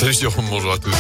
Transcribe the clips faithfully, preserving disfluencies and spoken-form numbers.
Salut Jérôme, bonjour à tous.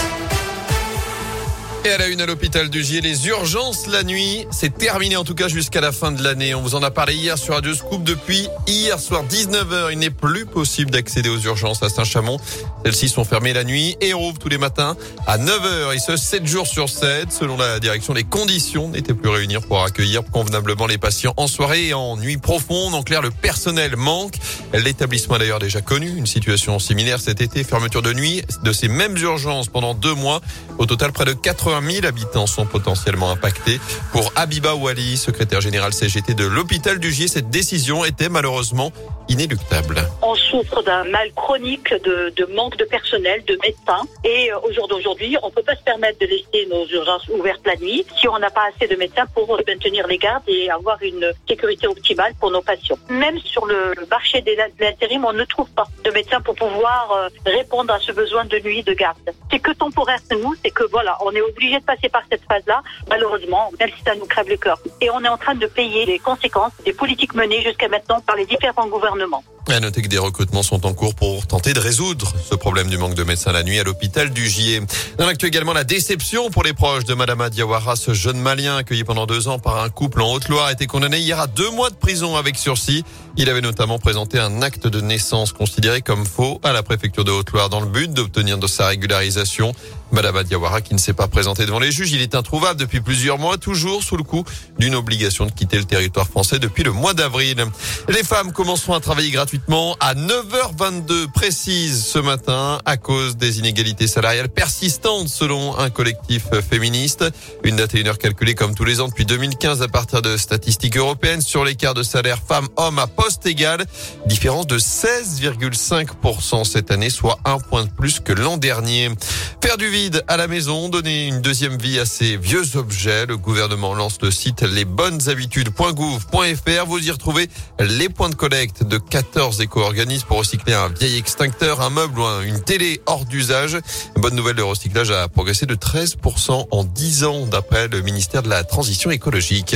Et à la une à l'hôpital du Gier, les urgences la nuit, c'est terminé en tout cas jusqu'à la fin de l'année. On vous en a parlé hier sur Radio Scoop. Depuis hier soir dix-neuf heures, il n'est plus possible d'accéder aux urgences à Saint-Chamond. Celles-ci sont fermées la nuit et rouvrent tous les matins à neuf heures et ce sept jours sur sept. Selon la direction, les conditions n'étaient plus réunies pour accueillir convenablement les patients en soirée et en nuit profonde. En clair, le personnel manque. L'établissement a d'ailleurs déjà connu une situation similaire cet été. Fermeture de nuit de ces mêmes urgences pendant deux mois. Au total, près de quatre-vingt mille habitants sont potentiellement impactés. Pour Habiba Ouali, secrétaire général C G T de l'hôpital du Gier, cette décision était malheureusement inéluctable. On souffre d'un mal chronique de, de manque de personnel, de médecins. Et au jour d'aujourd'hui, on ne peut pas se permettre de laisser nos urgences ouvertes la nuit si on n'a pas assez de médecins pour maintenir les gardes et avoir une sécurité optimale pour nos patients. Même sur le marché de l'intérim, on ne trouve pas de médecins pour pouvoir répondre à ce besoin de nuit de garde. C'est que temporaire pour nous, c'est que voilà, on est obligé de passer par cette phase-là, malheureusement, même si ça nous crève le cœur. Et on est en train de payer les conséquences des politiques menées jusqu'à maintenant par les différents gouvernements. À noter que des recrutements sont en cours pour tenter de résoudre ce problème du manque de médecins la nuit à l'hôpital du Gier. Dans l'actu également, la déception pour les proches de Madame Diawara. Ce jeune Malien accueilli pendant deux ans par un couple en Haute-Loire a été condamné hier à deux mois de prison avec sursis. Il avait notamment présenté un acte de naissance considéré comme faux à la préfecture de Haute-Loire dans le but d'obtenir de sa régularisation. Madame Diawara qui ne s'est pas présentée devant les juges, il est introuvable depuis plusieurs mois, toujours sous le coup d'une obligation de quitter le territoire français depuis le mois d'avril. Les femmes commenceront à travailler gratuitement à neuf heures vingt-deux précise ce matin à cause des inégalités salariales persistantes selon un collectif féministe. Une date et une heure calculée comme tous les ans depuis deux mille quinze à partir de statistiques européennes sur l'écart de salaire femmes-hommes à poste égal. Différence de seize virgule cinq pour cent cette année, soit un point de plus que l'an dernier. Faire du vide à la maison, donner une deuxième vie à ces vieux objets. Le gouvernement lance le site lesbonneshabitudes point gouv point fr. Vous y retrouvez les points de collecte de quatorze éco-organismes pour recycler un vieil extincteur, un meuble ou une télé hors d'usage. Bonne nouvelle, le recyclage a progressé de treize pour cent en dix ans d'après le ministère de la Transition écologique.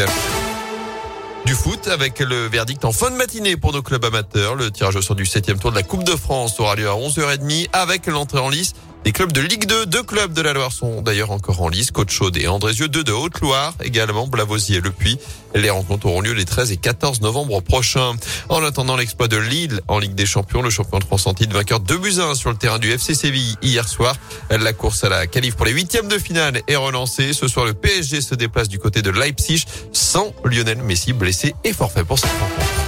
Du foot avec le verdict en fin de matinée pour nos clubs amateurs. Le tirage au sort du septième tour de la Coupe de France aura lieu à onze heures trente avec l'entrée en lice des clubs de Ligue deux. Deux clubs de la Loire sont d'ailleurs encore en lice. Côte-Chaude et Andrézieux, deux de Haute-Loire, également Blavozy et Le Puy. Les rencontres auront lieu les treize et quatorze novembre prochains. En attendant l'exploit de Lille en Ligue des Champions, le champion de France en titre, vainqueur deux buts à un sur le terrain du F C Séville hier soir. La course à la qualif pour les huitièmes de finale est relancée. Ce soir, le P S G se déplace du côté de Leipzig sans Lionel Messi blessé et forfait pour cette rencontre.